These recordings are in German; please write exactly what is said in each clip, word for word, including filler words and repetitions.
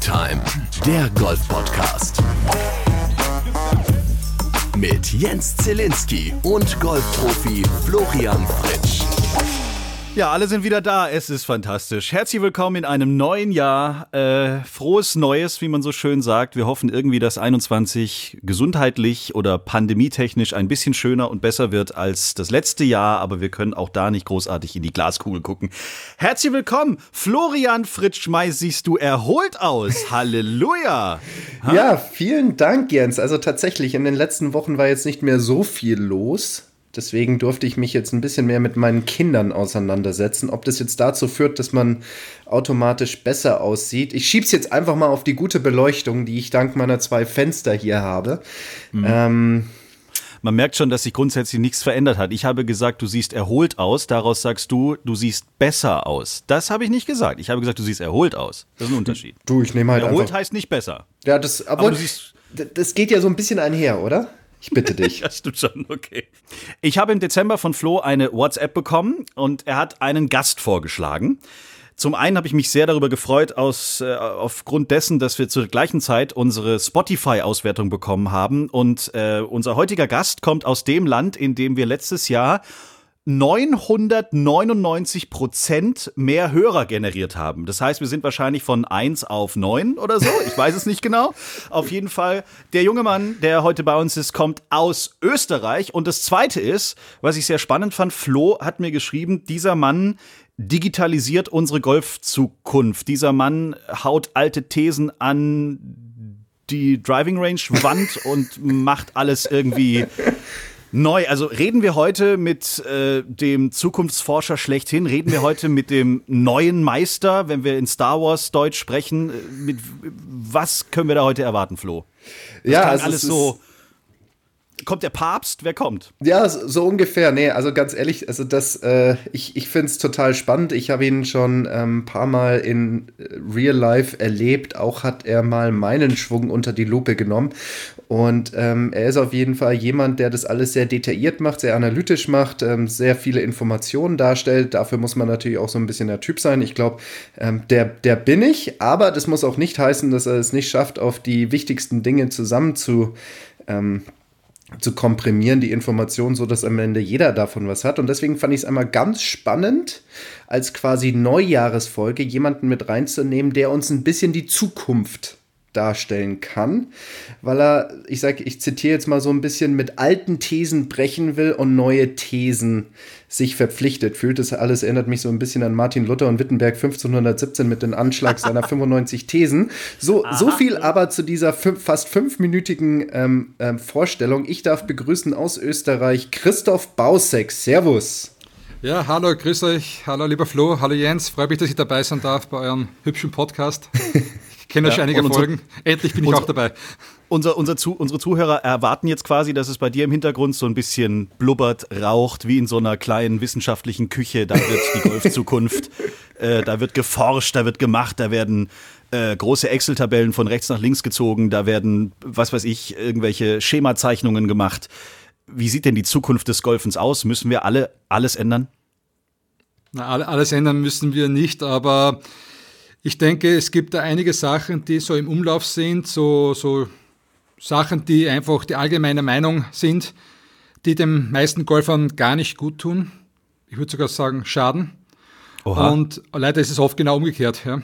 Time, der Golf-Podcast. Mit Jens Zielinski und Golfprofi Florian Fritsch. Ja, alle sind wieder da. Es ist fantastisch. Herzlich willkommen in einem neuen Jahr. Äh, frohes Neues, wie man so schön sagt. Wir hoffen irgendwie, dass einundzwanzig gesundheitlich oder pandemietechnisch ein bisschen schöner und besser wird als das letzte Jahr. Aber wir können auch da nicht großartig in die Glaskugel gucken. Herzlich willkommen. Florian Fritsch, meist siehst du erholt aus. Halleluja. Ha? Ja, vielen Dank, Jens. Also tatsächlich, in den letzten Wochen war jetzt nicht mehr so viel los. Deswegen durfte ich mich jetzt ein bisschen mehr mit meinen Kindern auseinandersetzen. Ob das jetzt dazu führt, dass man automatisch besser aussieht. Ich schieb's jetzt einfach mal auf die gute Beleuchtung, die ich dank meiner zwei Fenster hier habe. Mhm. Ähm, Man merkt schon, dass sich grundsätzlich nichts verändert hat. Ich habe gesagt, du siehst erholt aus. Daraus sagst du, du siehst besser aus. Das habe ich nicht gesagt. Ich habe gesagt, du siehst erholt aus. Das ist ein Unterschied. Du, ich nehme halt erholt einfach... heißt nicht besser. Ja, das, aber, aber du siehst, das geht ja so ein bisschen einher, oder? Ich bitte dich. Ja, stimmt schon, okay. Ich habe im Dezember von Flo eine WhatsApp bekommen und er hat einen Gast vorgeschlagen. Zum einen habe ich mich sehr darüber gefreut, aus, äh, aufgrund dessen, dass wir zur gleichen Zeit unsere Spotify-Auswertung bekommen haben. Und äh, unser heutiger Gast kommt aus dem Land, in dem wir letztes Jahr neunhundertneunundneunzig Prozent mehr Hörer generiert haben. Das heißt, wir sind wahrscheinlich von eins auf neun oder so. Ich weiß es nicht genau. Auf jeden Fall, der junge Mann, der heute bei uns ist, kommt aus Österreich. Und das Zweite ist, was ich sehr spannend fand, Flo hat mir geschrieben, dieser Mann digitalisiert unsere Golfzukunft. Dieser Mann haut alte Thesen an die Driving Range Wand und macht alles irgendwie neu. Also reden wir heute mit äh, dem Zukunftsforscher schlechthin, reden wir heute mit dem neuen Meister, wenn wir in Star Wars Deutsch sprechen. Mit was können wir da heute erwarten, Flo? Das ja, also alles es ist so. Kommt der Papst? Wer kommt? Ja, so ungefähr. Nee, also ganz ehrlich, also das, äh, ich, ich finde es total spannend. Ich habe ihn schon ein ähm, paar Mal in Real Life erlebt. Auch hat er mal meinen Schwung unter die Lupe genommen. Und ähm, er ist auf jeden Fall jemand, der das alles sehr detailliert macht, sehr analytisch macht, ähm, sehr viele Informationen darstellt. Dafür muss man natürlich auch so ein bisschen der Typ sein. Ich glaube, ähm, der, der bin ich. Aber das muss auch nicht heißen, dass er es nicht schafft, auf die wichtigsten Dinge zusammen zu ähm, zu komprimieren, die Informationen, so dass am Ende jeder davon was hat. Und deswegen fand ich es einmal ganz spannend, als quasi Neujahresfolge jemanden mit reinzunehmen, der uns ein bisschen die Zukunft darstellen kann, weil er, ich sage, ich zitiere jetzt mal so ein bisschen, mit alten Thesen brechen will und neue Thesen sich verpflichtet fühlt. Das alles erinnert mich so ein bisschen an Martin Luther und Wittenberg fünfzehnhundertsiebzehn mit dem Anschlag seiner fünfundneunzig Thesen. So, so viel aber zu dieser fünf, fast fünfminütigen ähm, ähm, Vorstellung. Ich darf begrüßen aus Österreich Christoph Bausek. Servus. Ja, hallo, grüß euch. Hallo, lieber Flo. Hallo, Jens. Freue mich, dass ich dabei sein darf bei eurem hübschen Podcast. Ich kenne ja, schon einige Folgen. Unser, Endlich bin ich unser, auch dabei. Unser, unser Zu, unsere Zuhörer erwarten jetzt quasi, dass es bei dir im Hintergrund so ein bisschen blubbert, raucht, wie in so einer kleinen wissenschaftlichen Küche. Da wird die Golfzukunft, äh, da wird geforscht, da wird gemacht, da werden äh, große Excel-Tabellen von rechts nach links gezogen, da werden, was weiß ich, irgendwelche Schemazeichnungen gemacht. Wie sieht denn die Zukunft des Golfens aus? Müssen wir alle alles ändern? Na, alles ändern müssen wir nicht, aber ich denke, es gibt da einige Sachen, die so im Umlauf sind, so, so Sachen, die einfach die allgemeine Meinung sind, die den meisten Golfern gar nicht gut tun. Ich würde sogar sagen, schaden. Oha. Und leider ist es oft genau umgekehrt. Ja.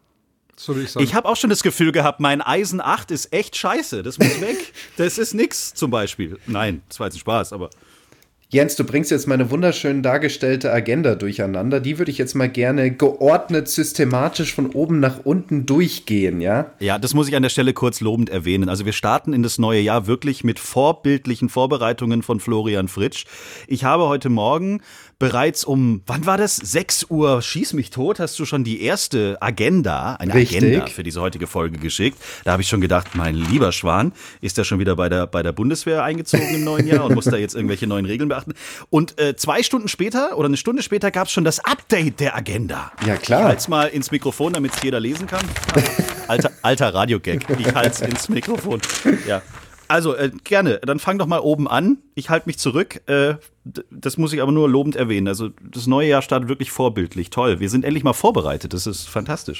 So würde ich sagen. Ich habe auch schon das Gefühl gehabt, mein Eisen acht ist echt scheiße. Das muss weg. Das ist nix zum Beispiel. Nein, das war jetzt ein Spaß, aber... Jens, du bringst jetzt meine wunderschön dargestellte Agenda durcheinander. Die würde ich jetzt mal gerne geordnet, systematisch von oben nach unten durchgehen, ja? Ja, das muss ich an der Stelle kurz lobend erwähnen. Also wir starten in das neue Jahr wirklich mit vorbildlichen Vorbereitungen von Florian Fritsch. Ich habe heute Morgen bereits um, wann war das? sechs Uhr, schieß mich tot, hast du schon die erste Agenda, eine Richtig. Agenda für diese heutige Folge geschickt. Da habe ich schon gedacht, mein lieber Schwan, ist der schon wieder bei der, bei der Bundeswehr eingezogen im neuen Jahr und muss da jetzt irgendwelche neuen Regeln beachten. Und äh, zwei Stunden später oder eine Stunde später gab es schon das Update der Agenda. Ja, klar. Ich halte es mal ins Mikrofon, damit es jeder lesen kann. Alter, alter Radiogag. Ich halte es ins Mikrofon. Ja. Also, äh, gerne. Dann fang doch mal oben an. Ich halte mich zurück. Äh, d- das muss ich aber nur lobend erwähnen. Also, das neue Jahr startet wirklich vorbildlich. Toll. Wir sind endlich mal vorbereitet. Das ist fantastisch.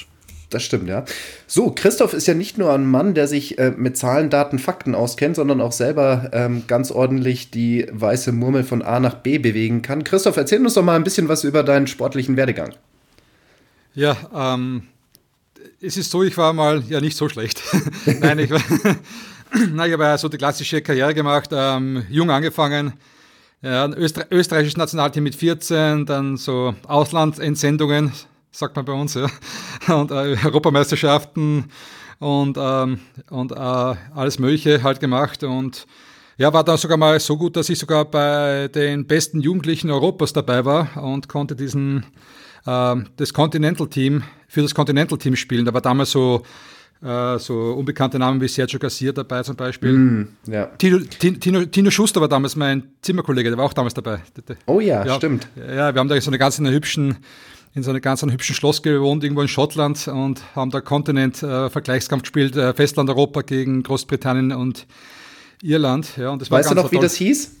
Das stimmt, ja. So, Christoph ist ja nicht nur ein Mann, der sich äh, mit Zahlen, Daten, Fakten auskennt, sondern auch selber ähm, ganz ordentlich die weiße Murmel von A nach B bewegen kann. Christoph, erzähl uns doch mal ein bisschen was über deinen sportlichen Werdegang. Ja, ähm, es ist so, ich war mal ja nicht so schlecht. Nein, ich war, na, ich habe ja so die klassische Karriere gemacht, ähm, jung angefangen. Ja, ein Öster- österreichisches Nationalteam mit vierzehn, dann so Auslandsentsendungen, sagt man bei uns, ja, und äh, Europameisterschaften und, ähm, und äh, alles Mögliche halt gemacht und ja, war dann sogar mal so gut, dass ich sogar bei den besten Jugendlichen Europas dabei war und konnte diesen, äh, das Continental-Team, für das Continental-Team spielen. Da war damals so, äh, so unbekannte Namen wie Sergio Garcia dabei zum Beispiel. Mm, ja. Tino, Tino, Tino Schuster war damals mein Zimmerkollege, der war auch damals dabei. Oh ja, ja stimmt. Ja, wir haben da so eine ganz in einer hübschen in so einem ganz einem hübschen Schloss gewohnt, irgendwo in Schottland und haben da Kontinent-Vergleichskampf äh, gespielt, äh, Festland-Europa gegen Großbritannien und Irland. Ja, und das war weißt du noch, wie das hieß?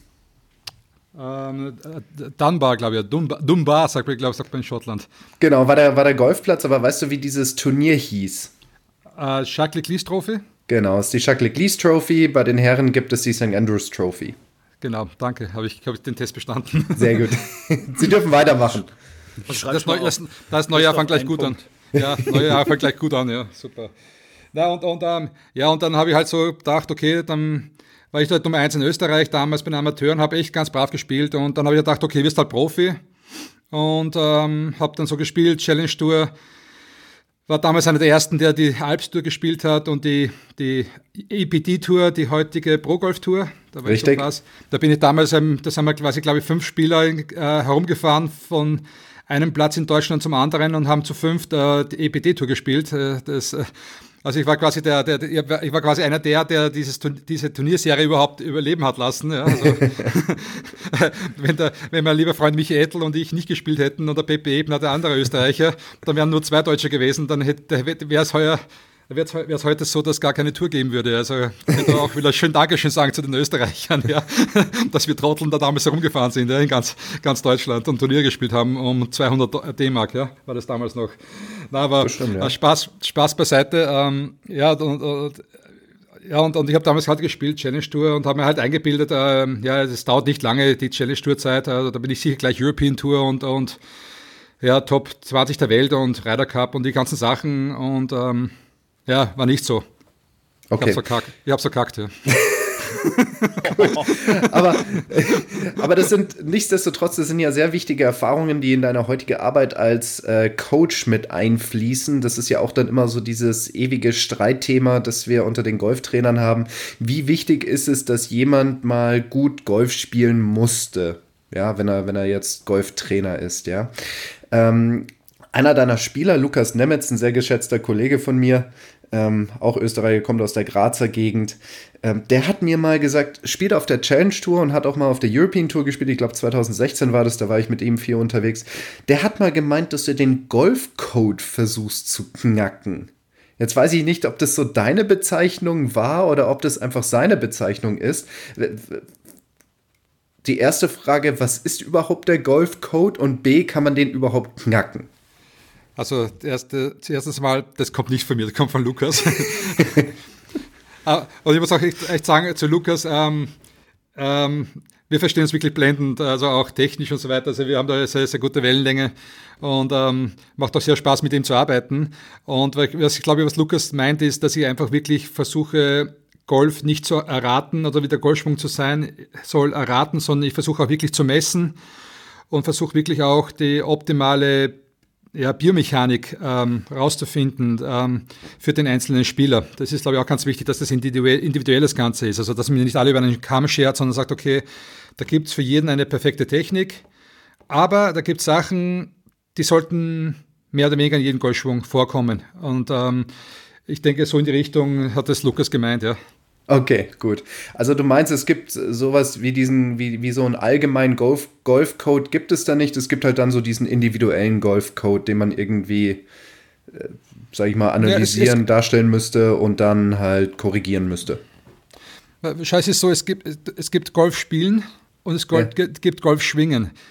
Ähm, Dunbar, glaube ich. Dunbar, Dunbar sagt man, glaube ich, sagt man in Schottland. Genau, war der, war der Golfplatz, aber weißt du, wie dieses Turnier hieß? Äh, Jacques Leclerc Trophy? Genau, es ist die Jacques Leclerc Trophy, bei den Herren gibt es die Sankt Andrews Trophy. Genau, danke, habe ich, hab ich den Test bestanden. Sehr gut. Sie dürfen weitermachen. Das, das, Neu, das, das neue Jahr fängt gleich gut Punkt. an. Ja, neue Jahr fängt gleich gut an, ja, super. Na, und, und, ähm, ja, und dann habe ich halt so gedacht, okay, dann war ich dort Nummer eins in Österreich, damals bei den Amateuren, habe echt ganz brav gespielt und dann habe ich gedacht, okay, wirst halt Profi und ähm, habe dann so gespielt, Challenge Tour, war damals einer der ersten, der die Alps Tour gespielt hat und die, die E P D Tour, die heutige Pro Golf Tour. Da war Richtig. Ich so krass. Da bin ich damals, ähm, das haben wir quasi, glaube ich, fünf Spieler äh, herumgefahren von einem Platz in Deutschland zum anderen und haben zu fünft äh, die E P D Tour gespielt. Äh, das, äh, also ich war quasi der, der, der, ich war quasi einer der, der dieses, diese Turnierserie überhaupt überleben hat lassen. Ja, also wenn, der, wenn mein lieber Freund Michi Ettel und ich nicht gespielt hätten und der Pepe Ebner, der andere Österreicher, dann wären nur zwei Deutsche gewesen, dann wäre es heuer wäre es heute so, dass es gar keine Tour geben würde. Also ich könnte auch wieder schön Dankeschön sagen zu den Österreichern, ja, dass wir Trotteln da damals herumgefahren sind, ja, in ganz, ganz Deutschland und Turnier gespielt haben um zweihundert D-Mark, ja, war das damals noch. Na, aber bestimmt, ja. Spaß, Spaß beiseite. Ähm, ja, und, und, ja, und, und ich habe damals halt gespielt, Challenge Tour, und habe mir halt eingebildet, ähm, ja, es dauert nicht lange, die Challenge Tour Zeit, also da bin ich sicher gleich European Tour und, und ja, Top zwanzig der Welt und Ryder Cup und die ganzen Sachen und ähm, ja, war nicht so. Okay. Ich hab's verkackt. Ich hab's verkackt, ja. aber, aber das sind nichtsdestotrotz, das sind ja sehr wichtige Erfahrungen, die in deine heutige Arbeit als äh, Coach mit einfließen. Das ist ja auch dann immer so dieses ewige Streitthema, das wir unter den Golftrainern haben. Wie wichtig ist es, dass jemand mal gut Golf spielen musste, ja, wenn er, wenn er jetzt Golftrainer ist, ja. Ähm, einer deiner Spieler, Lukas Nemetz, ein sehr geschätzter Kollege von mir, Ähm, auch Österreicher, kommt aus der Grazer Gegend. Ähm, der hat mir mal gesagt, spielt auf der Challenge Tour und hat auch mal auf der European Tour gespielt. Ich glaube zwanzig sechzehn war das, da war ich mit ihm viel unterwegs. Der hat mal gemeint, dass du den Golfcode versuchst zu knacken. Jetzt weiß ich nicht, ob das so deine Bezeichnung war oder ob das einfach seine Bezeichnung ist. Die erste Frage, was ist überhaupt der Golfcode und B, kann man den überhaupt knacken? Also erste, zuerst mal, das kommt nicht von mir, das kommt von Lukas. Und ich muss auch echt, echt sagen zu Lukas, ähm, ähm, wir verstehen uns wirklich blendend, also auch technisch und so weiter. Also wir haben da eine sehr, sehr gute Wellenlänge und ähm, macht auch sehr Spaß, mit ihm zu arbeiten. Und was ich glaube, was Lukas meint, ist, dass ich einfach wirklich versuche, Golf nicht zu erraten oder wie der Golfschwung zu sein soll, erraten, sondern ich versuche auch wirklich zu messen und versuche wirklich auch die optimale ja, Biomechanik ähm, rauszufinden ähm, für den einzelnen Spieler. Das ist, glaube ich, auch ganz wichtig, dass das individuell, individuell das Ganze ist. Also, dass man nicht alle über einen Kamm schert, sondern sagt, okay, da gibt es für jeden eine perfekte Technik, aber da gibt es Sachen, die sollten mehr oder weniger in jedem Golfschwung vorkommen. Und ähm, ich denke, so in die Richtung hat das Lukas gemeint, ja. Okay, gut. Also du meinst, es gibt sowas wie diesen, wie, wie so einen allgemeinen Golf, Golfcode gibt es da nicht. Es gibt halt dann so diesen individuellen Golfcode, den man irgendwie, äh, sag ich mal, analysieren, ja, es, es, darstellen müsste und dann halt korrigieren müsste. Scheiße ist so, es gibt, es gibt Golfspielen und es Golf, ja. gibt Golfschwingen.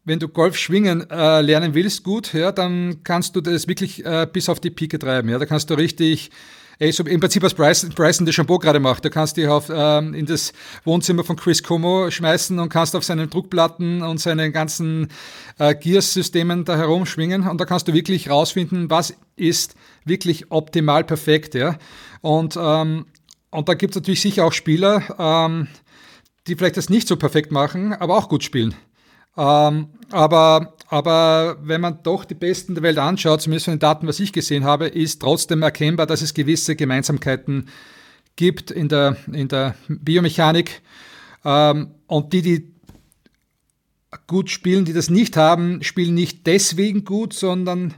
wenn du Golf schwingen äh, lernen willst, gut, ja, dann kannst du das wirklich äh, bis auf die Pike treiben. Ja, da kannst du richtig, ey, so im Prinzip was Bryson, Bryson DeChambeau gerade macht. Du kannst dich auf, ähm, in das Wohnzimmer von Chris Como schmeißen und kannst auf seinen Druckplatten und seinen ganzen äh, Gears-Systemen da herumschwingen und da kannst du wirklich rausfinden, was ist wirklich optimal perfekt. Ja, und ähm, und da gibt es natürlich sicher auch Spieler, ähm, die vielleicht das nicht so perfekt machen, aber auch gut spielen. Ähm, aber, aber wenn man doch die Besten der Welt anschaut, zumindest von den Daten, was ich gesehen habe, ist trotzdem erkennbar, dass es gewisse Gemeinsamkeiten gibt in der, in der Biomechanik. Ähm, und die, die gut spielen, die das nicht haben, spielen nicht deswegen gut, sondern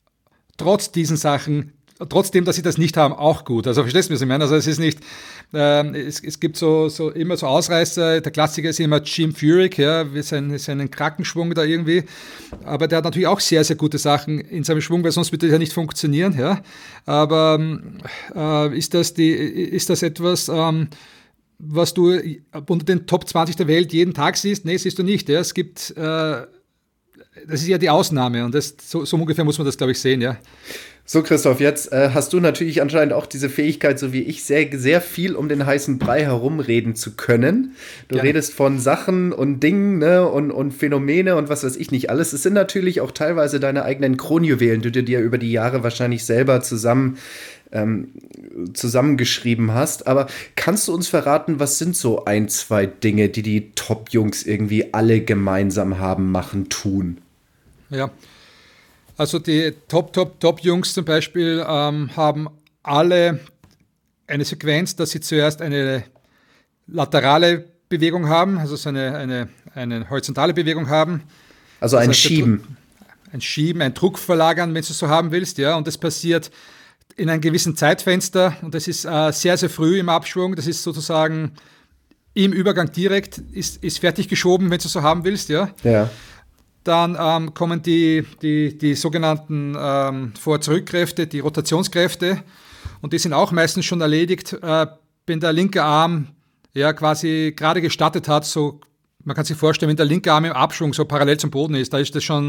trotz diesen Sachen, trotzdem, dass sie das nicht haben, auch gut. Also verstehst du, was ich meine? Also es ist nicht, ähm, es, es gibt so, so immer so Ausreißer, der Klassiker ist immer Jim Furyk, ja, mit seinen, seinen Krankenschwung da irgendwie, aber der hat natürlich auch sehr, sehr gute Sachen in seinem Schwung, weil sonst würde das ja nicht funktionieren, ja. Aber äh, ist das die, ist das etwas, ähm, was du unter den Top zwanzig der Welt jeden Tag siehst? Nee, siehst du nicht, ja. Es gibt, äh, das ist ja die Ausnahme und das, so, so ungefähr muss man das, glaube ich, sehen, ja. So, Christoph, jetzt äh, hast du natürlich anscheinend auch diese Fähigkeit, so wie ich, sehr, sehr viel um den heißen Brei herumreden zu können. Du Gerne. redest von Sachen und Dingen, ne, und, und Phänomene und was weiß ich nicht alles. Es sind natürlich auch teilweise deine eigenen Kronjuwelen, die du dir über die Jahre wahrscheinlich selber zusammen, ähm, zusammengeschrieben hast. Aber kannst du uns verraten, was sind so ein, zwei Dinge, die die Top-Jungs irgendwie alle gemeinsam haben, machen, tun? Ja. Also die Top, Top, Top-Jungs zum Beispiel ähm, haben alle eine Sequenz, dass sie zuerst eine laterale Bewegung haben, also so eine, eine, eine horizontale Bewegung haben. Also das ein heißt, Schieben. Druck, ein Schieben, ein Druck verlagern, wenn du es so haben willst. Ja, und das passiert in einem gewissen Zeitfenster und das ist äh, sehr, sehr früh im Abschwung. Das ist sozusagen im Übergang direkt, ist, ist fertig geschoben, wenn du es so haben willst. Ja. Ja. Dann ähm, kommen die, die, die sogenannten ähm, Vor-Zurück-Kräfte, die Rotationskräfte. Und die sind auch meistens schon erledigt, äh, wenn der linke Arm ja quasi gerade gestartet hat. So, man kann sich vorstellen, wenn der linke Arm im Abschwung so parallel zum Boden ist, da ist das schon,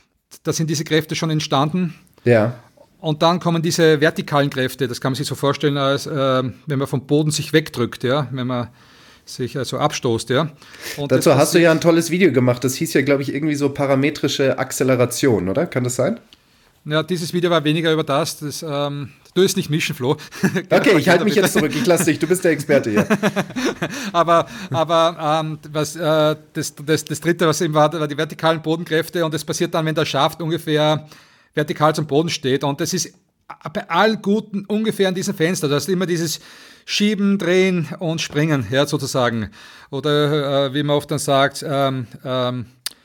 da sind diese Kräfte schon entstanden. Ja. Und dann kommen diese vertikalen Kräfte. Das kann man sich so vorstellen, als äh, wenn man vom Boden sich wegdrückt, ja, wenn man sich also abstoßt, ja. Und dazu hast du ja ein tolles Video gemacht. Das hieß ja, glaube ich, irgendwie so parametrische Acceleration, oder? Kann das sein? Ja, dieses Video war weniger über das. das ähm, du es nicht mischen, Flo. Okay, ich halte mich jetzt zurück. Ich lasse dich. Du bist der Experte hier. aber aber ähm, was, äh, das, das, das dritte, was eben war, war die vertikalen Bodenkräfte. Und das passiert dann, wenn der Schaft ungefähr vertikal zum Boden steht. Und das ist bei allen Guten ungefähr an diesem Fenster. Du hast immer dieses Schieben, Drehen und Springen, ja, sozusagen. Oder äh, wie man oft dann sagt, ähm, ähm,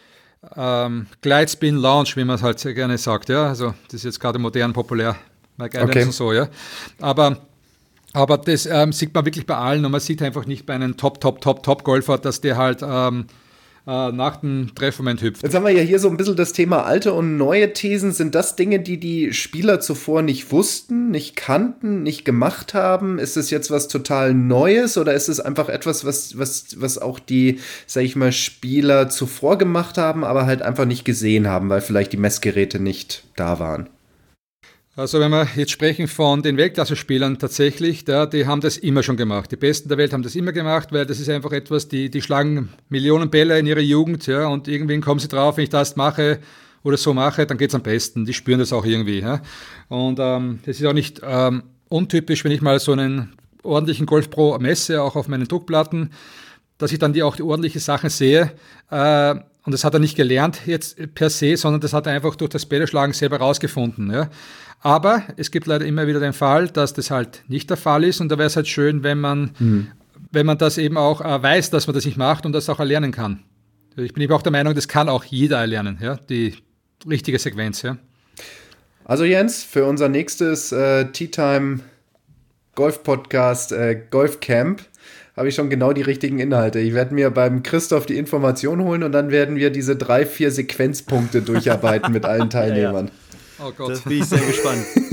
ähm, Glide, Spin, Launch, wie man es halt sehr gerne sagt. Ja, also das ist jetzt gerade modern populär, Mike Adams okay. und so, ja. Aber, aber das ähm, sieht man wirklich bei allen und man sieht einfach nicht bei einem Top, Top, Top, Top-Golfer, dass der halt ähm, nach dem Treffmoment hüpft. Jetzt haben wir ja hier so ein bisschen das Thema alte und neue Thesen. Sind das Dinge, die die Spieler zuvor nicht wussten, nicht kannten, nicht gemacht haben? Ist es jetzt was total Neues oder ist es einfach etwas, was, was, was auch die, sag ich mal, Spieler zuvor gemacht haben, aber halt einfach nicht gesehen haben, weil vielleicht die Messgeräte nicht da waren? Also wenn wir jetzt sprechen von den Weltklasse-Spielern tatsächlich, ja, die haben das immer schon gemacht. Die Besten der Welt haben das immer gemacht, weil das ist einfach etwas, die, die schlagen Millionen Bälle in ihrer Jugend, ja, und irgendwann kommen sie drauf, wenn ich das mache oder so mache, dann geht's am besten. Die spüren das auch irgendwie. Ja. Und ähm, das ist auch nicht ähm, untypisch, wenn ich mal so einen ordentlichen Golf Pro messe, auch auf meinen Druckplatten, dass ich dann die auch die ordentlichen Sachen sehe. Äh, und das hat er nicht gelernt jetzt per se, sondern das hat er einfach durch das Bälleschlagen selber rausgefunden. Ja. Aber es gibt leider immer wieder den Fall, dass das halt nicht der Fall ist und da wäre es halt schön, wenn man, mhm. wenn man das eben auch äh, weiß, dass man das nicht macht und das auch erlernen kann. Ich bin eben auch der Meinung, das kann auch jeder erlernen, ja, die richtige Sequenz. Ja. Also Jens, für unser nächstes äh, Tea Time Golf Podcast äh, Golf Camp habe ich schon genau die richtigen Inhalte. Ich werde mir beim Christoph die Information holen und dann werden wir diese drei, vier Sequenzpunkte durcharbeiten mit allen Teilnehmern. Ja, ja. Oh Gott. Das bin ich sehr gespannt.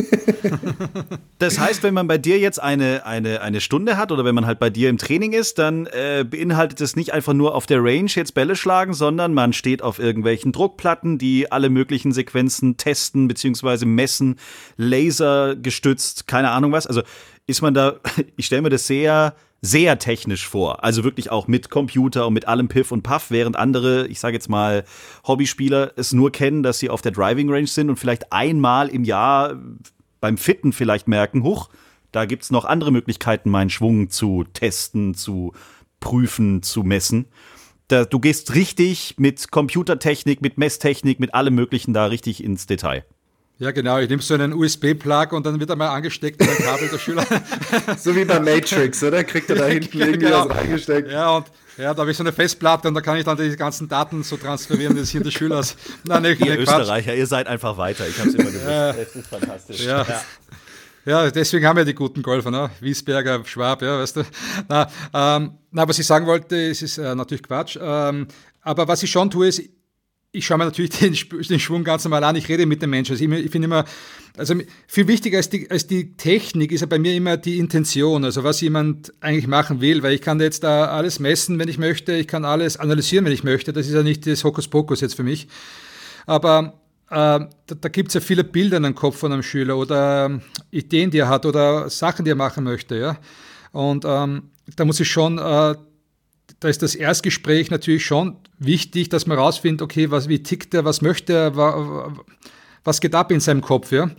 Das heißt, wenn man bei dir jetzt eine, eine, eine Stunde hat oder wenn man halt bei dir im Training ist, dann äh, beinhaltet es nicht einfach nur auf der Range jetzt Bälle schlagen, sondern man steht auf irgendwelchen Druckplatten, die alle möglichen Sequenzen testen bzw. messen, lasergestützt, keine Ahnung was. Also ist man da, ich stelle mir das sehr, sehr technisch vor. Also wirklich auch mit Computer und mit allem Piff und Puff, während andere, ich sage jetzt mal, Hobbyspieler es nur kennen, dass sie auf der Driving Range sind und vielleicht einmal im Jahr beim Fitten vielleicht merken, huch, da gibt's noch andere Möglichkeiten, meinen Schwung zu testen, zu prüfen, zu messen. Da, du gehst richtig mit Computertechnik, mit Messtechnik, mit allem Möglichen da richtig ins Detail. Ja, genau. Ich nehme so einen U S B-Plug und dann wird er mal angesteckt in ein Kabel der Schüler. So wie bei Matrix, oder? Kriegt er da hinten ja, irgendwie genau. was reingesteckt? Ja, und ja, da habe ich so eine Festplatte und da kann ich dann die ganzen Daten so transferieren, das hier des Schülers. Nein, nicht, ihr nicht Österreicher, ihr seid einfach weiter. Ich habe es immer gewusst. Ja. Das ist fantastisch. Ja. Ja. Ja, deswegen haben wir die guten Golfer, ne? Wiesberger, Schwab, ja, weißt du. Na, ähm, na, was ich sagen wollte, es ist äh, natürlich Quatsch. Ähm, aber was ich schon tue, ist, ich schaue mir natürlich den, den Schwung ganz normal an, ich rede mit den Menschen. Also ich, ich finde immer, also viel wichtiger als die, als die Technik ist ja bei mir immer die Intention, also was jemand eigentlich machen will, weil ich kann jetzt da alles messen, wenn ich möchte, ich kann alles analysieren, wenn ich möchte, das ist ja nicht das Hokuspokus jetzt für mich. Aber äh, da, da gibt es ja viele Bilder in den Kopf von einem Schüler oder ähm, Ideen, die er hat oder Sachen, die er machen möchte. Ja? Und ähm, da muss ich schon... Äh, Da ist das Erstgespräch natürlich schon wichtig, dass man rausfindet, okay, was, wie tickt er, was möchte er, was geht ab in seinem Kopf, ja.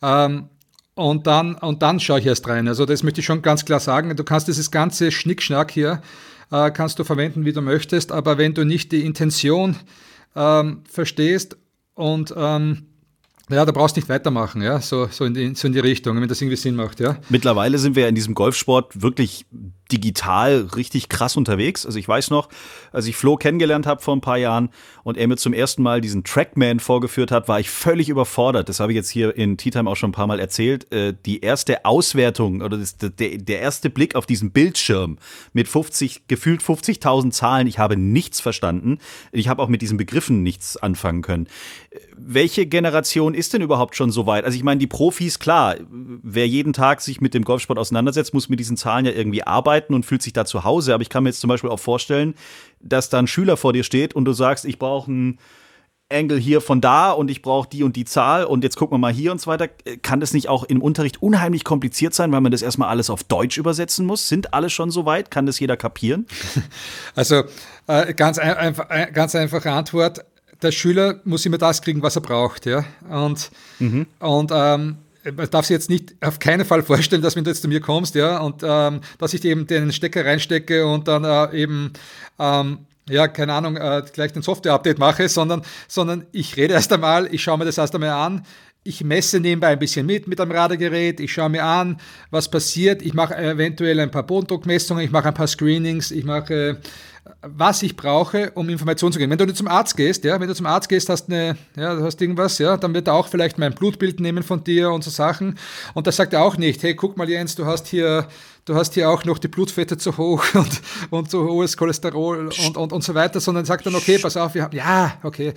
Und dann, und dann schaue ich erst rein. Also das möchte ich schon ganz klar sagen. Du kannst dieses ganze Schnickschnack hier, kannst du verwenden, wie du möchtest, aber wenn du nicht die Intention ähm, verstehst und ähm, ja, da brauchst du nicht weitermachen, ja, so, so, in die, so in die Richtung, wenn das irgendwie Sinn macht, ja. Mittlerweile sind wir in diesem Golfsport wirklich digital richtig krass unterwegs. Also ich weiß noch, als ich Flo kennengelernt habe vor ein paar Jahren und er mir zum ersten Mal diesen Trackman vorgeführt hat, war ich völlig überfordert. Das habe ich jetzt hier in Tea Time auch schon ein paar Mal erzählt. Die erste Auswertung oder das, der, der erste Blick auf diesen Bildschirm mit fünfzig, gefühlt fünfzigtausend Zahlen, ich habe nichts verstanden. Ich habe auch mit diesen Begriffen nichts anfangen können. Welche Generation ist denn überhaupt schon so weit? Also ich meine, die Profis, klar, wer jeden Tag sich mit dem Golfsport auseinandersetzt, muss mit diesen Zahlen ja irgendwie arbeiten und fühlt sich da zu Hause. Aber ich kann mir jetzt zum Beispiel auch vorstellen, dass da ein Schüler vor dir steht und du sagst, ich brauche einen Angle hier von da und ich brauche die und die Zahl und jetzt gucken wir mal hier und so weiter. Kann das nicht auch im Unterricht unheimlich kompliziert sein, weil man das erstmal alles auf Deutsch übersetzen muss? Sind alle schon so weit? Kann das jeder kapieren? Also äh, ganz, ein, einfach, ganz einfache Antwort. Der Schüler muss immer das kriegen, was er braucht. Ja? Und, mhm. und ähm, man darf sich jetzt nicht auf keinen Fall vorstellen, dass wenn du jetzt zu mir kommst, ja, und ähm, dass ich dir eben den Stecker reinstecke und dann äh, eben, ähm, ja, keine Ahnung, äh, gleich den Software-Update mache, sondern, sondern ich rede erst einmal, ich schaue mir das erst einmal an, ich messe nebenbei ein bisschen mit mit einem Radargerät, ich schaue mir an, was passiert, ich mache eventuell ein paar Bodendruckmessungen, ich mache ein paar Screenings, ich mache was ich brauche, um Informationen zu geben. Wenn du zum Arzt gehst, ja, wenn du zum Arzt gehst, hast eine, ja, hast irgendwas, ja, dann wird er auch vielleicht mein Blutbild nehmen von dir und so Sachen. Und da sagt er auch nicht, hey, guck mal Jens, du hast hier, du hast hier auch noch die Blutfette zu hoch und, und zu hohes Cholesterol und, und, und so weiter, sondern sagt dann, okay, pass auf, wir haben, ja, okay.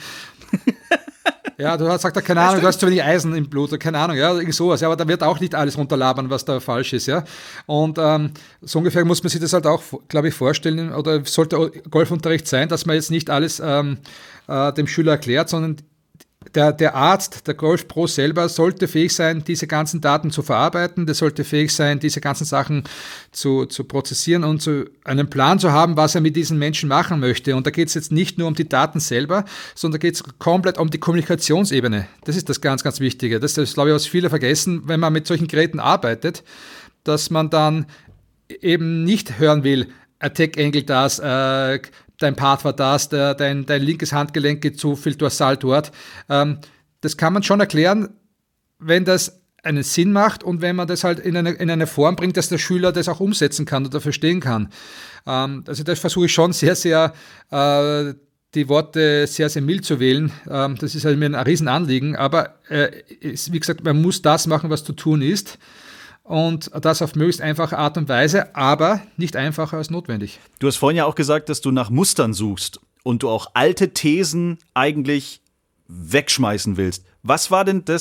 Ja, du hast, sagt er, keine Ahnung, du hast zu wenig Eisen im Blut, oder keine Ahnung, ja, irgendwie sowas. Ja, aber da wird auch nicht alles runterlabern, was da falsch ist, ja. Und ähm, so ungefähr muss man sich das halt auch, glaube ich, vorstellen, oder sollte Golfunterricht sein, dass man jetzt nicht alles ähm, äh, dem Schüler erklärt, sondern Der, der Arzt, der Golfpro selber sollte fähig sein, diese ganzen Daten zu verarbeiten, der sollte fähig sein, diese ganzen Sachen zu, zu prozessieren und zu, einen Plan zu haben, was er mit diesen Menschen machen möchte. Und da geht es jetzt nicht nur um die Daten selber, sondern da geht es komplett um die Kommunikationsebene. Das ist das ganz, ganz Wichtige. Das ist, glaube ich, was viele vergessen, wenn man mit solchen Geräten arbeitet, dass man dann eben nicht hören will, Attack Angle das, äh, dein Part war das, der, dein, dein linkes Handgelenk geht zu viel dorsal dort. Ähm, das kann man schon erklären, wenn das einen Sinn macht und wenn man das halt in eine, in eine Form bringt, dass der Schüler das auch umsetzen kann oder verstehen kann. Ähm, also das versuche ich schon sehr, sehr, äh, die Worte sehr, sehr mild zu wählen. Ähm, das ist halt mir ein Riesenanliegen, aber äh, ist, wie gesagt, man muss das machen, was zu tun ist. Und das auf möglichst einfache Art und Weise, aber nicht einfacher als notwendig. Du hast vorhin ja auch gesagt, dass du nach Mustern suchst und du auch alte Thesen eigentlich wegschmeißen willst. Was war denn das,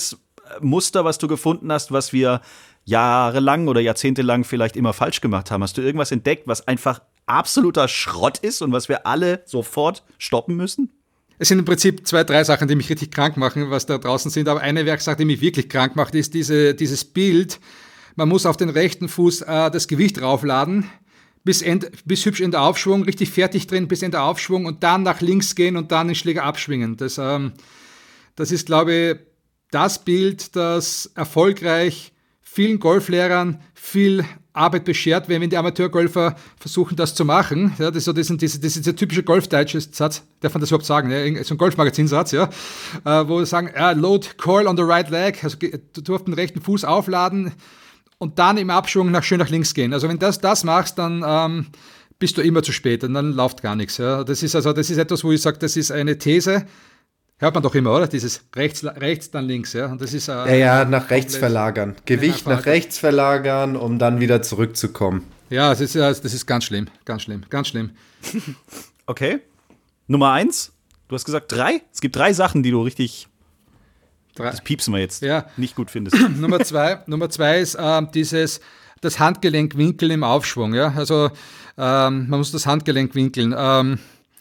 Muster, was du gefunden hast, was wir jahrelang oder jahrzehntelang vielleicht immer falsch gemacht haben? Hast du irgendwas entdeckt, was einfach absoluter Schrott ist und was wir alle sofort stoppen müssen? Es sind im Prinzip zwei, drei Sachen, die mich richtig krank machen, was da draußen sind. Aber eine Werksache, die mich wirklich krank macht, ist diese, dieses Bild. Man muss auf den rechten Fuß äh, das Gewicht raufladen, bis, end, bis hübsch in der Aufschwung, richtig fertig drin, bis in der Aufschwung und dann nach links gehen und dann den Schläger abschwingen. Das, ähm, das ist, glaube ich, das Bild, das erfolgreich vielen Golflehrern viel Arbeit beschert, wenn die Amateurgolfer versuchen, das zu machen. Ja, das, ist so, das, ist, das ist der typische golfdeutsche Satz, darf man das überhaupt sagen, ja, so ein Golfmagazinsatz, ja, äh, wo sie sagen, ja, load coil on the right leg, also du auf den rechten Fuß aufladen und dann im Abschwung nach, schön nach links gehen. Also wenn du das, das machst, dann ähm, bist du immer zu spät und dann läuft gar nichts. Ja. Das ist also das ist etwas, wo ich sage, das ist eine These, hört man doch immer, oder? Dieses rechts, rechts dann links, ja. Und das ist, äh, ja, ja, nach rechts verlagern. Gewicht nach rechts verlagern, um dann wieder zurückzukommen. Ja, das ist, das ist ganz schlimm, ganz schlimm, ganz schlimm. Okay. Nummer eins. Du hast gesagt drei? Es gibt drei Sachen, die du richtig, drei. Das piepsen wir jetzt, ja. nicht gut findest. Nummer zwei, Nummer zwei ist äh, dieses, das Handgelenkwinkeln im Aufschwung, ja. Also, ähm, man muss das Handgelenk winkeln. Ähm,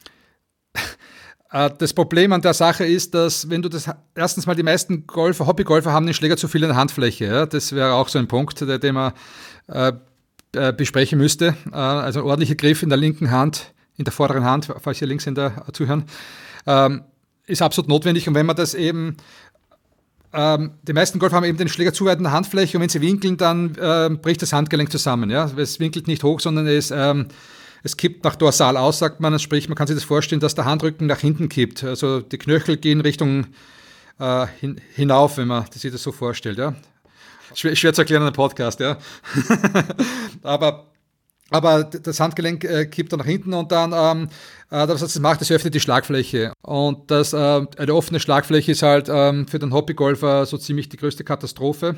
Das Problem an der Sache ist, dass wenn du das, erstens mal die meisten Golfer, Hobbygolfer haben den Schläger zu viel in der Handfläche. Ja? Das wäre auch so ein Punkt, den man äh, besprechen müsste. Äh, also ein ordentlicher Griff in der linken Hand, in der vorderen Hand, falls ihr Linkshänder zuhören, ähm, ist absolut notwendig. Und wenn man das eben, ähm, die meisten Golfer haben eben den Schläger zu weit in der Handfläche und wenn sie winkeln, dann äh, bricht das Handgelenk zusammen. Ja? Es winkelt nicht hoch, sondern es ähm, Es kippt nach dorsal aus, sagt man. Sprich, man kann sich das vorstellen, dass der Handrücken nach hinten kippt. Also die Knöchel gehen Richtung äh, hin, hinauf, wenn man sich das so vorstellt. Ja. Schwer, schwer zu erklären in einem Podcast, ja. aber, aber das Handgelenk äh, kippt dann nach hinten und dann, ähm, äh, was das macht, das öffnet die Schlagfläche. Und das, äh, eine offene Schlagfläche ist halt ähm, für den Hobbygolfer so ziemlich die größte Katastrophe.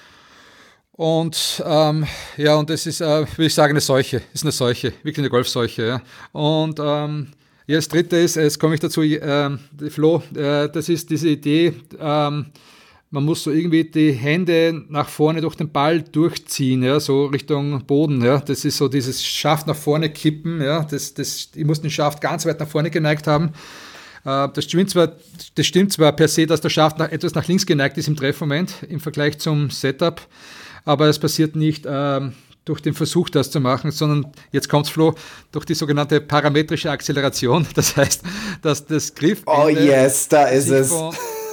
Und ähm, ja, und das ist, äh, würde ich sagen, eine Seuche, ist eine Seuche, wirklich eine Golfseuche. Ja. Und ähm, ja, das Dritte ist, jetzt komme ich dazu, äh, Flo, äh, das ist diese Idee, ähm, man muss so irgendwie die Hände nach vorne durch den Ball durchziehen, ja, so Richtung Boden. Ja. Das ist so dieses Schaft nach vorne kippen. Ja. Das, das, ich muss den Schaft ganz weit nach vorne geneigt haben. Äh, das, stimmt zwar, das stimmt zwar per se, dass der Schaft nach, etwas nach links geneigt ist im Treffmoment im Vergleich zum Setup. Aber es passiert nicht ähm, durch den Versuch, das zu machen, sondern, jetzt kommt's, Flo, durch die sogenannte parametrische Acceleration. Das heißt, dass das Griff. Oh yes, da ist es. Von,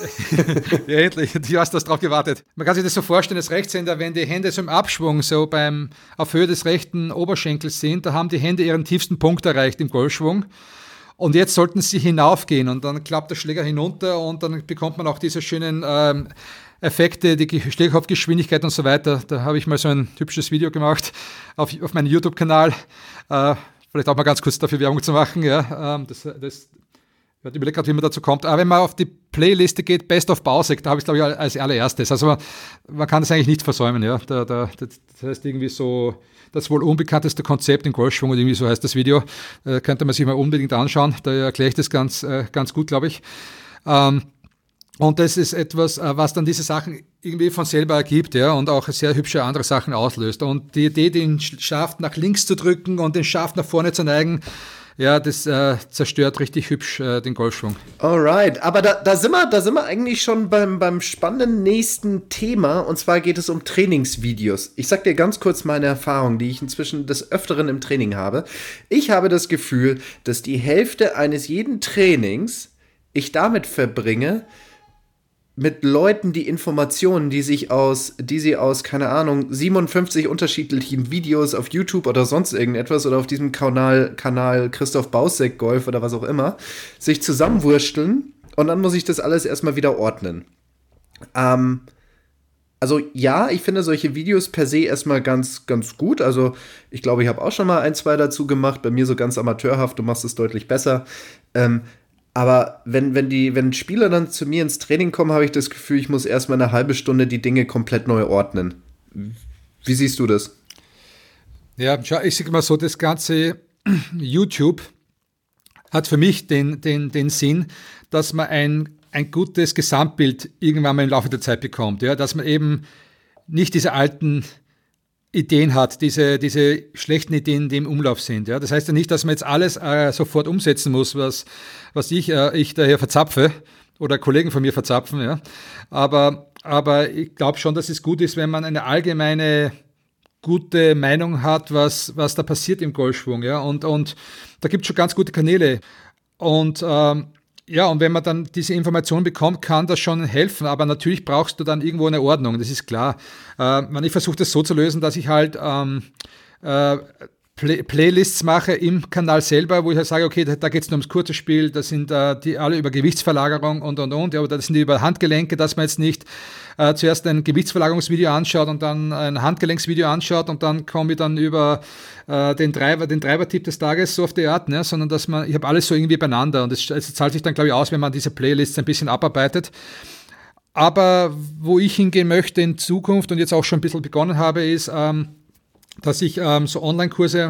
ja, endlich, du hast das drauf gewartet. Man kann sich das so vorstellen, als Rechtshänder, wenn die Hände so im Abschwung, so beim, auf Höhe des rechten Oberschenkels sind, da haben die Hände ihren tiefsten Punkt erreicht im Golfschwung. Und jetzt sollten sie hinaufgehen und dann klappt der Schläger hinunter und dann bekommt man auch diese schönen ähm, Effekte, die Schlägerkopfgeschwindigkeit und so weiter. Da habe ich mal so ein typisches Video gemacht auf, auf meinem YouTube-Kanal. Äh, vielleicht auch mal ganz kurz dafür Werbung zu machen. Ja, ähm, das, das, ich überlege gerade, wie man dazu kommt. Aber wenn man auf die Playliste geht, Best of Bausek, da habe ich es, glaube ich, als allererstes. Also man, man kann das eigentlich nicht versäumen. Ja. Da, da, das heißt irgendwie so, das wohl unbekannteste Konzept im Golfschwung, oder irgendwie so heißt das Video. Äh, könnte man sich mal unbedingt anschauen. Da erkläre ich das ganz, äh, ganz gut, glaube ich. Ähm, Und das ist etwas, was dann diese Sachen irgendwie von selber ergibt, ja, und auch sehr hübsche andere Sachen auslöst. Und die Idee, den Schaft nach links zu drücken und den Schaft nach vorne zu neigen, ja, das äh, zerstört richtig hübsch äh, den Golfschwung. Alright, aber da, da, sind wir, da sind wir eigentlich schon beim, beim spannenden nächsten Thema, und zwar geht es um Trainingsvideos. Ich sag dir ganz kurz meine Erfahrung, die ich inzwischen des Öfteren im Training habe. Ich habe das Gefühl, dass die Hälfte eines jeden Trainings ich damit verbringe, mit Leuten die Informationen, die sich aus, die sie aus, keine Ahnung, siebenundfünfzig unterschiedlichen Videos auf YouTube oder sonst irgendetwas oder auf diesem Kanal, Kanal Christoph Bausek Golf oder was auch immer, sich zusammenwursteln und dann muss ich das alles erstmal wieder ordnen. Ähm, also ja, ich finde solche Videos per se erstmal ganz, ganz gut. Also ich glaube, ich habe auch schon mal ein, zwei dazu gemacht, bei mir so ganz amateurhaft, du machst es deutlich besser. Ähm, Aber wenn, wenn, die, wenn Spieler dann zu mir ins Training kommen, habe ich das Gefühl, ich muss erstmal eine halbe Stunde die Dinge komplett neu ordnen. Wie siehst du das? Ja, ich sage mal so, das ganze YouTube hat für mich den, den, den Sinn, dass man ein, ein gutes Gesamtbild irgendwann mal im Laufe der Zeit bekommt. Ja? Dass man eben nicht diese alten Ideen hat, diese, diese schlechten Ideen, die im Umlauf sind. Ja? Das heißt ja nicht, dass man jetzt alles äh, sofort umsetzen muss, was, was ich, äh, ich daher verzapfe oder Kollegen von mir verzapfen. Ja? Aber, aber ich glaube schon, dass es gut ist, wenn man eine allgemeine gute Meinung hat, was, was da passiert im Golfschwung. Ja? Und, und da gibt es schon ganz gute Kanäle. Und ähm, ja, und wenn man dann diese Information bekommt, kann das schon helfen. Aber natürlich brauchst du dann irgendwo eine Ordnung, das ist klar. Äh, ich versuche das so zu lösen, dass ich halt ähm, äh, Play- Playlists mache im Kanal selber, wo ich halt sage, okay, da, da geht es nur ums kurze Spiel, da sind äh, die alle über Gewichtsverlagerung und, und, und. Ja, oder das sind die über Handgelenke, dass man jetzt nicht äh, zuerst ein Gewichtsverlagerungsvideo anschaut und dann ein Handgelenksvideo anschaut und dann komme ich dann über äh, den Treiber, den Treibertipp des Tages, so auf die Art, ne? Sondern dass man, ich habe alles so irgendwie beieinander und es, es zahlt sich dann, glaube ich, aus, wenn man diese Playlists ein bisschen abarbeitet. Aber wo ich hingehen möchte in Zukunft und jetzt auch schon ein bisschen begonnen habe, ist, ähm, dass ich ähm, so Online-Kurse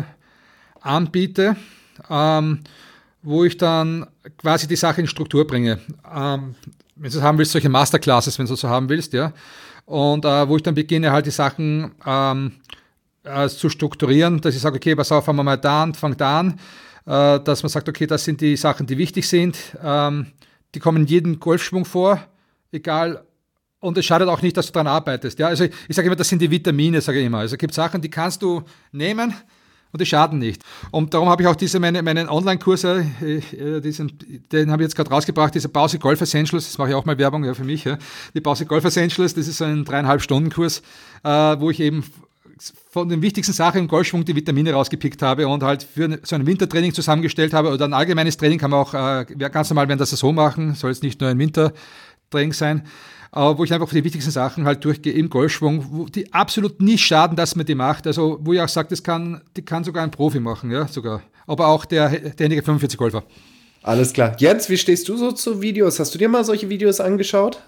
anbiete, ähm, wo ich dann quasi die Sache in Struktur bringe. Ähm, wenn du es haben willst, solche Masterclasses, wenn du es so haben willst, ja. Und äh, wo ich dann beginne, halt die Sachen ähm, äh, zu strukturieren, dass ich sage, okay, pass auf, fangen wir mal da an, fang da an, äh, dass man sagt, okay, das sind die Sachen, die wichtig sind. Ähm, die kommen in jedem Golfschwung vor, egal. Und es schadet auch nicht, dass du daran arbeitest. Ja, also ich, ich sage immer, das sind die Vitamine, sage ich immer. Also es gibt Sachen, die kannst du nehmen und die schaden nicht. Und darum habe ich auch diese meine, meinen Online-Kurse, äh, diesen, den habe ich jetzt gerade rausgebracht, diese Pause Golf Essentials, das mache ich auch mal Werbung ja, für mich. Ja. Die Pause Golf Essentials, das ist so ein dreieinhalb Stunden Kurs, äh, wo ich eben von den wichtigsten Sachen im Golfschwung die Vitamine rausgepickt habe und halt für so ein Wintertraining zusammengestellt habe oder ein allgemeines Training kann man auch, äh, ganz normal werden das so machen, soll jetzt nicht nur ein Wintertraining sein. Wo ich einfach die wichtigsten Sachen halt durchgehe im Golfschwung, wo die absolut nicht schaden, dass man die macht. Also wo ich auch sage, das kann, die kann sogar ein Profi machen, ja, sogar. Aber auch der, derjenige fünfundvierzig Golfer. Alles klar. Jens, wie stehst du so zu Videos? Hast du dir mal solche Videos angeschaut?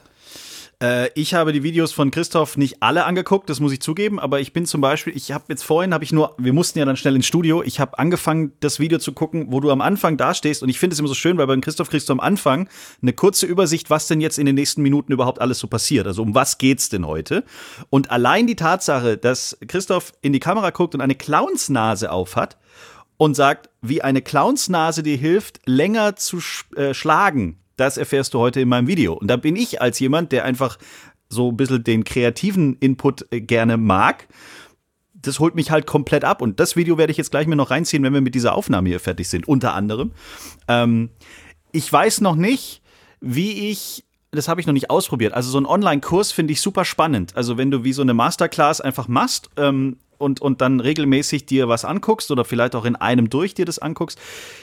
Äh, ich habe die Videos von Christoph nicht alle angeguckt, das muss ich zugeben, aber ich bin zum Beispiel, ich habe jetzt vorhin, habe ich nur, wir mussten ja dann schnell ins Studio, ich habe angefangen, das Video zu gucken, wo du am Anfang dastehst und ich finde es immer so schön, weil bei Christoph kriegst du am Anfang eine kurze Übersicht, was denn jetzt in den nächsten Minuten überhaupt alles so passiert, also um was geht's denn heute? Und allein die Tatsache, dass Christoph in die Kamera guckt und eine Clownsnase aufhat und sagt, wie eine Clownsnase dir hilft, länger zu sch- äh, schlagen, das erfährst du heute in meinem Video. Und da bin ich als jemand, der einfach so ein bisschen den kreativen Input gerne mag. Das holt mich halt komplett ab. Und das Video werde ich jetzt gleich mir noch reinziehen, wenn wir mit dieser Aufnahme hier fertig sind, unter anderem. Ähm, ich weiß noch nicht, wie ich, das habe ich noch nicht ausprobiert. Also so ein Online-Kurs finde ich super spannend. Also wenn du wie so eine Masterclass einfach machst ähm, und, und dann regelmäßig dir was anguckst oder vielleicht auch in einem durch dir das anguckst.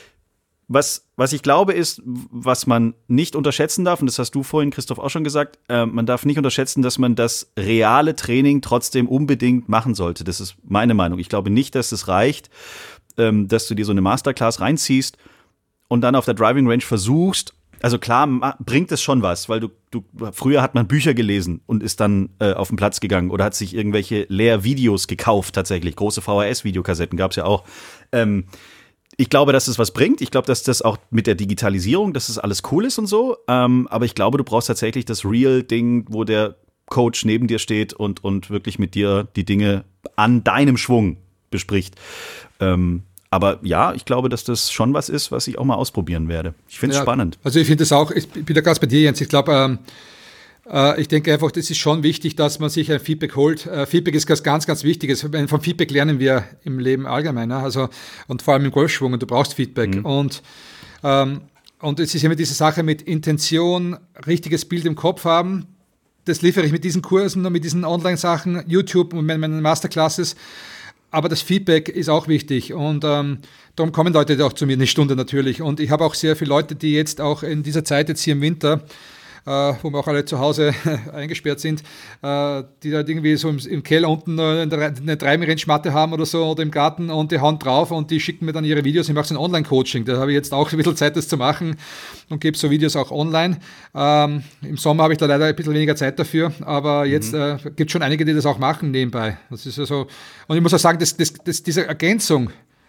Was, was ich glaube ist, was man nicht unterschätzen darf, und das hast du vorhin, Christoph, auch schon gesagt, äh, man darf nicht unterschätzen, dass man das reale Training trotzdem unbedingt machen sollte. Das ist meine Meinung. Ich glaube nicht, dass es reicht, ähm, dass du dir so eine Masterclass reinziehst und dann auf der Driving Range versuchst. Also klar, ma- bringt es schon was, weil du, du früher hat man Bücher gelesen und ist dann äh, auf den Platz gegangen oder hat sich irgendwelche Lehrvideos gekauft tatsächlich. Große V H S-Videokassetten gab es ja auch. Ähm, Ich glaube, dass es was bringt. Ich glaube, dass das auch mit der Digitalisierung, dass das alles cool ist und so. Ähm, aber ich glaube, du brauchst tatsächlich das Real-Ding, wo der Coach neben dir steht und, und wirklich mit dir die Dinge an deinem Schwung bespricht. Ähm, aber ja, ich glaube, dass das schon was ist, was ich auch mal ausprobieren werde. Ich finde es ja, spannend. Also ich finde es auch, ich bin da ganz bei dir, Jens. Ich glaube, ähm, äh, ich denke einfach, das ist schon wichtig, dass man sich ein Feedback holt. Äh, Feedback ist ganz, ganz wichtig. Vom Feedback lernen wir im Leben allgemein. Ne? Also, und vor allem im Golfschwung. Und du brauchst Feedback. Mhm. Und, ähm, und es ist immer diese Sache mit Intention, richtiges Bild im Kopf haben. Das liefere ich mit diesen Kursen und mit diesen Online-Sachen, YouTube und meinen Masterclasses. Aber das Feedback ist auch wichtig und ähm, darum kommen Leute auch zu mir eine Stunde natürlich. Und ich habe auch sehr viele Leute, die jetzt auch in dieser Zeit jetzt hier im Winter, äh, wo wir auch alle zu Hause eingesperrt sind, äh, die da irgendwie so im, im Keller unten eine Treibrange-Matte haben oder so oder im Garten und die hauen drauf und die schicken mir dann ihre Videos. Ich mache so ein Online-Coaching, da habe ich jetzt auch ein bisschen Zeit, das zu machen und gebe so Videos auch online. Ähm, Im Sommer habe ich da leider ein bisschen weniger Zeit dafür, aber jetzt mhm. äh, gibt es schon einige, die das auch machen nebenbei. Das ist also, und ich muss auch sagen, dass, dass, dass diese Ergänzung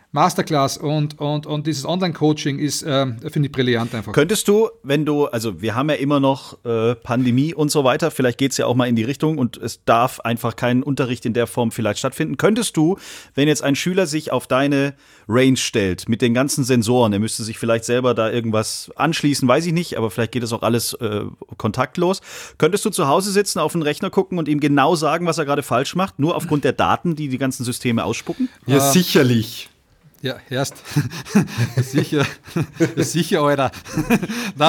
Masterclass und, und, und dieses Online-Coaching ist, äh, finde ich, brillant einfach. Könntest du, wenn du, also wir haben ja immer noch äh, Pandemie und so weiter, vielleicht geht es ja auch mal in die Richtung und es darf einfach kein Unterricht in der Form vielleicht stattfinden. Könntest du, wenn jetzt ein Schüler sich auf deine Range stellt, mit den ganzen Sensoren, er müsste sich vielleicht selber da irgendwas anschließen, weiß ich nicht, aber vielleicht geht das auch alles äh, kontaktlos. Könntest du zu Hause sitzen, auf den Rechner gucken und ihm genau sagen, was er gerade falsch macht, nur aufgrund der Daten, die die ganzen Systeme ausspucken? Ja, äh, sicherlich. Ja, erst. sicher, sicher, Alter. Nein,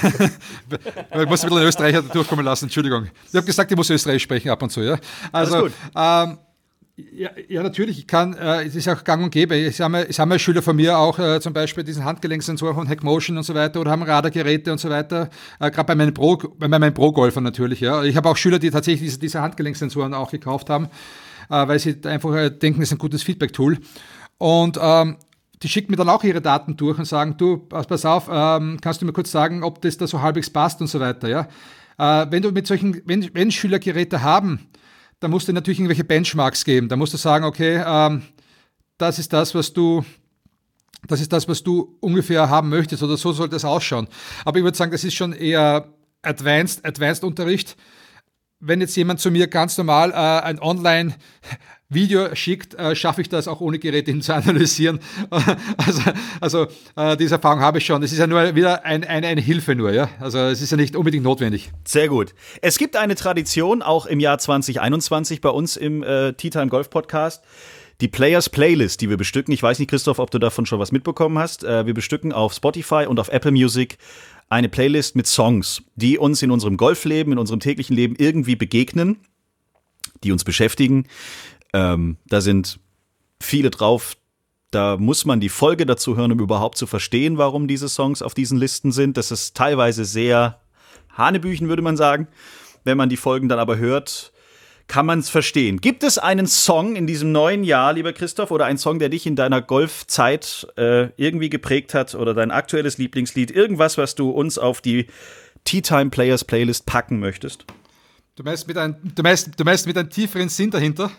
äh, ich muss ein bisschen Österreicher durchkommen lassen, Entschuldigung. Ich habe gesagt, ich muss Österreich sprechen ab und zu, ja. Also, ähm, ja, ja, natürlich, ich kann, äh, es ist auch gang und gäbe. Es haben, es haben ja Schüler von mir auch äh, zum Beispiel diesen Handgelenksensor von Hackmotion und so weiter oder haben Radargeräte und so weiter, äh, gerade bei meinen Pro, bei meinen Pro-Golfern natürlich, ja. Ich habe auch Schüler, die tatsächlich diese, diese Handgelenksensoren auch gekauft haben, äh, weil sie einfach äh, denken, es ist ein gutes Feedback-Tool. Und ähm, die schicken mir dann auch ihre Daten durch und sagen, du, pass, pass auf, ähm, kannst du mir kurz sagen, ob das da so halbwegs passt und so weiter. Ja? Äh, wenn du mit solchen, wenn, wenn Schüler Geräte haben, dann musst du natürlich irgendwelche Benchmarks geben. Da musst du sagen, okay, ähm, das ist das, was du, das ist das, was du ungefähr haben möchtest oder so soll das ausschauen. Aber ich würde sagen, das ist schon eher Advanced, Advanced Unterricht. Wenn jetzt jemand zu mir ganz normal äh, ein Online Video schickt, äh, schaffe ich das auch ohne Gerät ihn zu analysieren. also also äh, diese Erfahrung habe ich schon. Es ist ja nur wieder ein, ein, eine Hilfe nur. Ja? Also es ist ja nicht unbedingt notwendig. Sehr gut. Es gibt eine Tradition, auch im Jahr zwanzig einundzwanzig bei uns im äh, Tea Time Golf Podcast. Die Players Playlist, die wir bestücken. Ich weiß nicht, Christoph, ob du davon schon was mitbekommen hast. Äh, wir bestücken auf Spotify und auf Apple Music eine Playlist mit Songs, die uns in unserem Golfleben, in unserem täglichen Leben irgendwie begegnen, die uns beschäftigen. Ähm, da sind viele drauf, da muss man die Folge dazu hören, um überhaupt zu verstehen, warum diese Songs auf diesen Listen sind. Das ist teilweise sehr Hanebüchen, würde man sagen. Wenn man die Folgen dann aber hört, kann man es verstehen. Gibt es einen Song in diesem neuen Jahr, lieber Christoph, oder einen Song, der dich in deiner Golfzeit äh, irgendwie geprägt hat oder dein aktuelles Lieblingslied, irgendwas, was du uns auf die Tea Time Players Playlist packen möchtest? Du meinst mit, ein, du meinst, du meinst mit einem tieferen Sinn dahinter?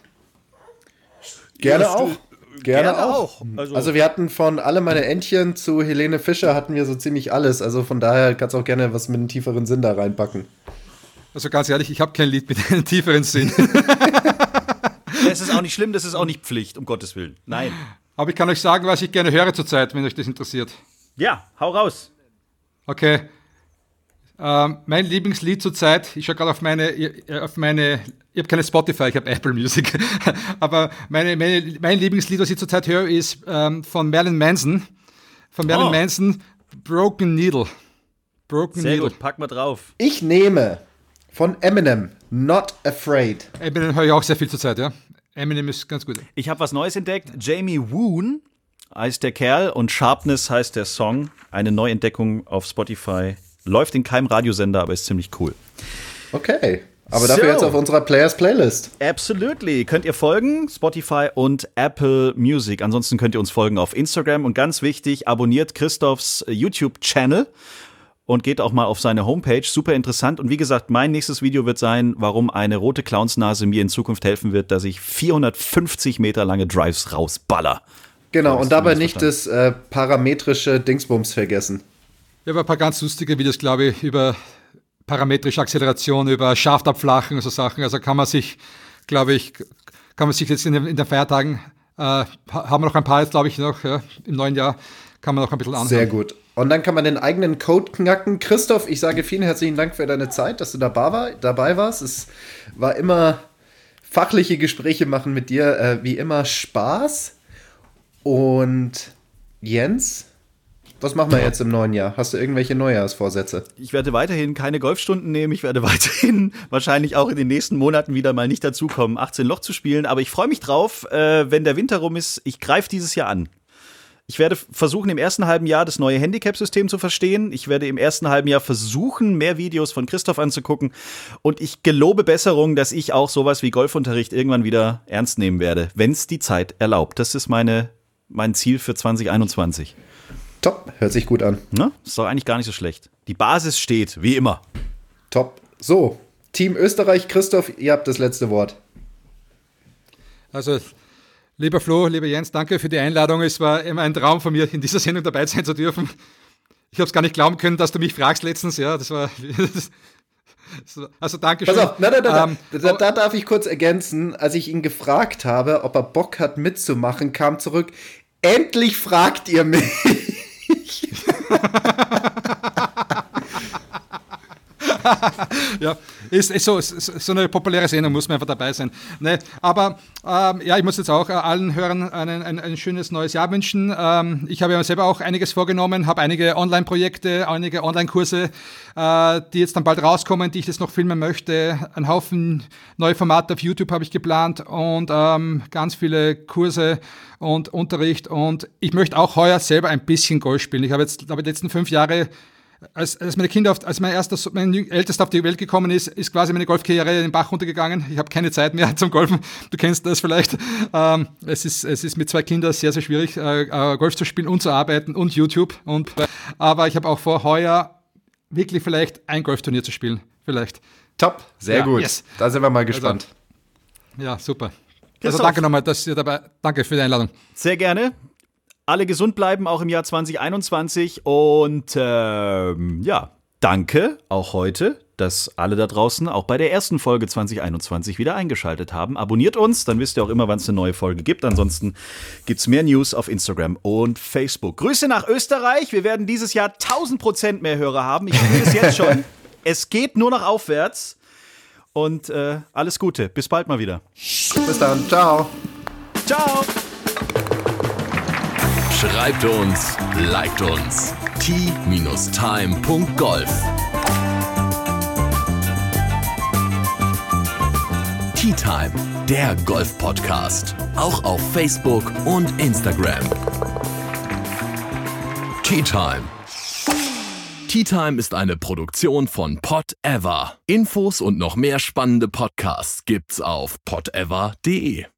Gerne Ja, auch. Gerne, Gerne auch. auch. Also, Also wir hatten von Alle meine Entchen zu Helene Fischer hatten wir so ziemlich alles. Also von daher kannst du auch gerne was mit einem tieferen Sinn da reinpacken. Also ganz ehrlich, ich habe kein Lied mit einem tieferen Sinn. das ist auch nicht schlimm, das ist auch nicht Pflicht, um Gottes Willen. Nein. Aber ich kann euch sagen, was ich gerne höre zurzeit, wenn euch das interessiert. Ja, hau raus. Okay. Ähm, mein Lieblingslied zurzeit, ich schaue gerade auf meine, auf meine, ich habe keine Spotify, ich habe Apple Music, aber meine, meine, mein Lieblingslied, was ich zurzeit höre, ist ähm, von Marilyn Manson, von Marilyn Oh. Manson, Broken Needle. Broken Sehr Needle. gut, pack mal drauf. Ich nehme von Eminem Not Afraid. Eminem höre ich auch sehr viel zurzeit, ja. Eminem ist ganz gut. Ich habe was Neues entdeckt. Jamie Woon heißt der Kerl und Sharpness heißt der Song. Eine Neuentdeckung auf Spotify. Läuft in keinem Radiosender, aber ist ziemlich cool. Okay. Aber dafür So. jetzt auf unserer Players Playlist. Absolutely. Könnt ihr folgen, Spotify und Apple Music. Ansonsten könnt ihr uns folgen auf Instagram. Und ganz wichtig, abonniert Christophs YouTube-Channel und geht auch mal auf seine Homepage. Super interessant. Und wie gesagt, mein nächstes Video wird sein, warum eine rote Clownsnase mir in Zukunft helfen wird, dass ich vierhundertfünfzig Meter lange Drives rausballer. Genau, Das und dabei ist nicht das äh, parametrische Dingsbums vergessen. Ich habe ein paar ganz lustige Videos, glaube ich, über parametrische Acceleration, über Schaftabflachen und so Sachen. Also kann man sich, glaube ich, kann man sich jetzt in den, in den Feiertagen, äh, haben wir noch ein paar jetzt, glaube ich, noch ja, im neuen Jahr, kann man noch ein bisschen anhören. Sehr gut. Und dann kann man den eigenen Code knacken. Christoph, ich sage vielen herzlichen Dank für deine Zeit, dass du dabei, war, dabei warst. Es war immer fachliche Gespräche machen mit dir, äh, wie immer Spaß. Und Jens, was machen wir jetzt im neuen Jahr? Hast du irgendwelche Neujahrsvorsätze? Ich werde weiterhin keine Golfstunden nehmen. Ich werde weiterhin wahrscheinlich auch in den nächsten Monaten wieder mal nicht dazukommen, achtzehn Loch zu spielen. Aber ich freue mich drauf, äh, wenn der Winter rum ist. Ich greife dieses Jahr an. Ich werde versuchen, im ersten halben Jahr das neue Handicap-System zu verstehen. Ich werde im ersten halben Jahr versuchen, mehr Videos von Christoph anzugucken. Und ich gelobe Besserung, dass ich auch sowas wie Golfunterricht irgendwann wieder ernst nehmen werde, wenn es die Zeit erlaubt. Das ist meine, mein Ziel für zwanzig einundzwanzig. Top, hört sich gut an. Ne? Ist doch eigentlich gar nicht so schlecht. Die Basis steht, wie immer. Top. So, Team Österreich, Christoph, ihr habt das letzte Wort. Also Lieber Flo, lieber Jens, danke für die Einladung. Es war immer ein Traum von mir, in dieser Sendung dabei sein zu dürfen. Ich habe es gar nicht glauben können, dass du mich fragst letztens. Ja, das war... Also danke schön. Pass auf, nein, nein, nein, ähm, da, da darf ich kurz ergänzen. Als ich ihn gefragt habe, ob er Bock hat mitzumachen, kam zurück, endlich fragt ihr mich. Ja, ist, ist, so, ist so eine populäre Sendung, muss man einfach dabei sein. Nee, aber ähm, ja, ich muss jetzt auch äh, allen Hörern einen, ein, ein schönes neues Jahr wünschen. Ähm, ich habe ja selber auch einiges vorgenommen, habe einige Online-Projekte, einige Online-Kurse, äh, die jetzt dann bald rauskommen, die ich jetzt noch filmen möchte. Ein Haufen neue Formate auf YouTube habe ich geplant und ähm, ganz viele Kurse und Unterricht. Und ich möchte auch heuer selber ein bisschen Golf spielen. Ich habe jetzt, glaube ich, die letzten fünf Jahre Als, als meine Kinder, auf, als mein erster, mein ältester auf die Welt gekommen ist, ist quasi meine Golfkarriere in den Bach runtergegangen. Ich habe keine Zeit mehr zum Golfen. Du kennst das vielleicht. Ähm, es ist, es ist mit zwei Kindern sehr, sehr schwierig, äh, Golf zu spielen und zu arbeiten und YouTube. Und, äh, aber ich habe auch vor, heuer wirklich vielleicht ein Golfturnier zu spielen. Vielleicht. Top, sehr ja, gut. Yes. Da sind wir mal gespannt. Also, ja, super. Christoph. Also danke nochmal, dass ihr dabei. Danke für die Einladung. Sehr gerne. Alle gesund bleiben, auch im Jahr zwanzig einundzwanzig. Und ähm, ja, danke auch heute, dass alle da draußen auch bei der ersten Folge zwanzig einundzwanzig wieder eingeschaltet haben. Abonniert uns, dann wisst ihr auch immer, wann es eine neue Folge gibt. Ansonsten gibt es mehr News auf Instagram und Facebook. Grüße nach Österreich. Wir werden dieses Jahr tausend Prozent mehr Hörer haben. Ich fühle es jetzt schon. Es geht nur noch aufwärts. Und äh, alles Gute. Bis bald mal wieder. Bis dann. Ciao. Ciao. Schreibt uns, liked uns. t time punkt golf Tea Time, der Golf-Podcast. Auch auf Facebook und Instagram. Tea Time. Tea Time ist eine Produktion von Pod Ever. Infos und noch mehr spannende Podcasts gibt's auf pod ever punkt de.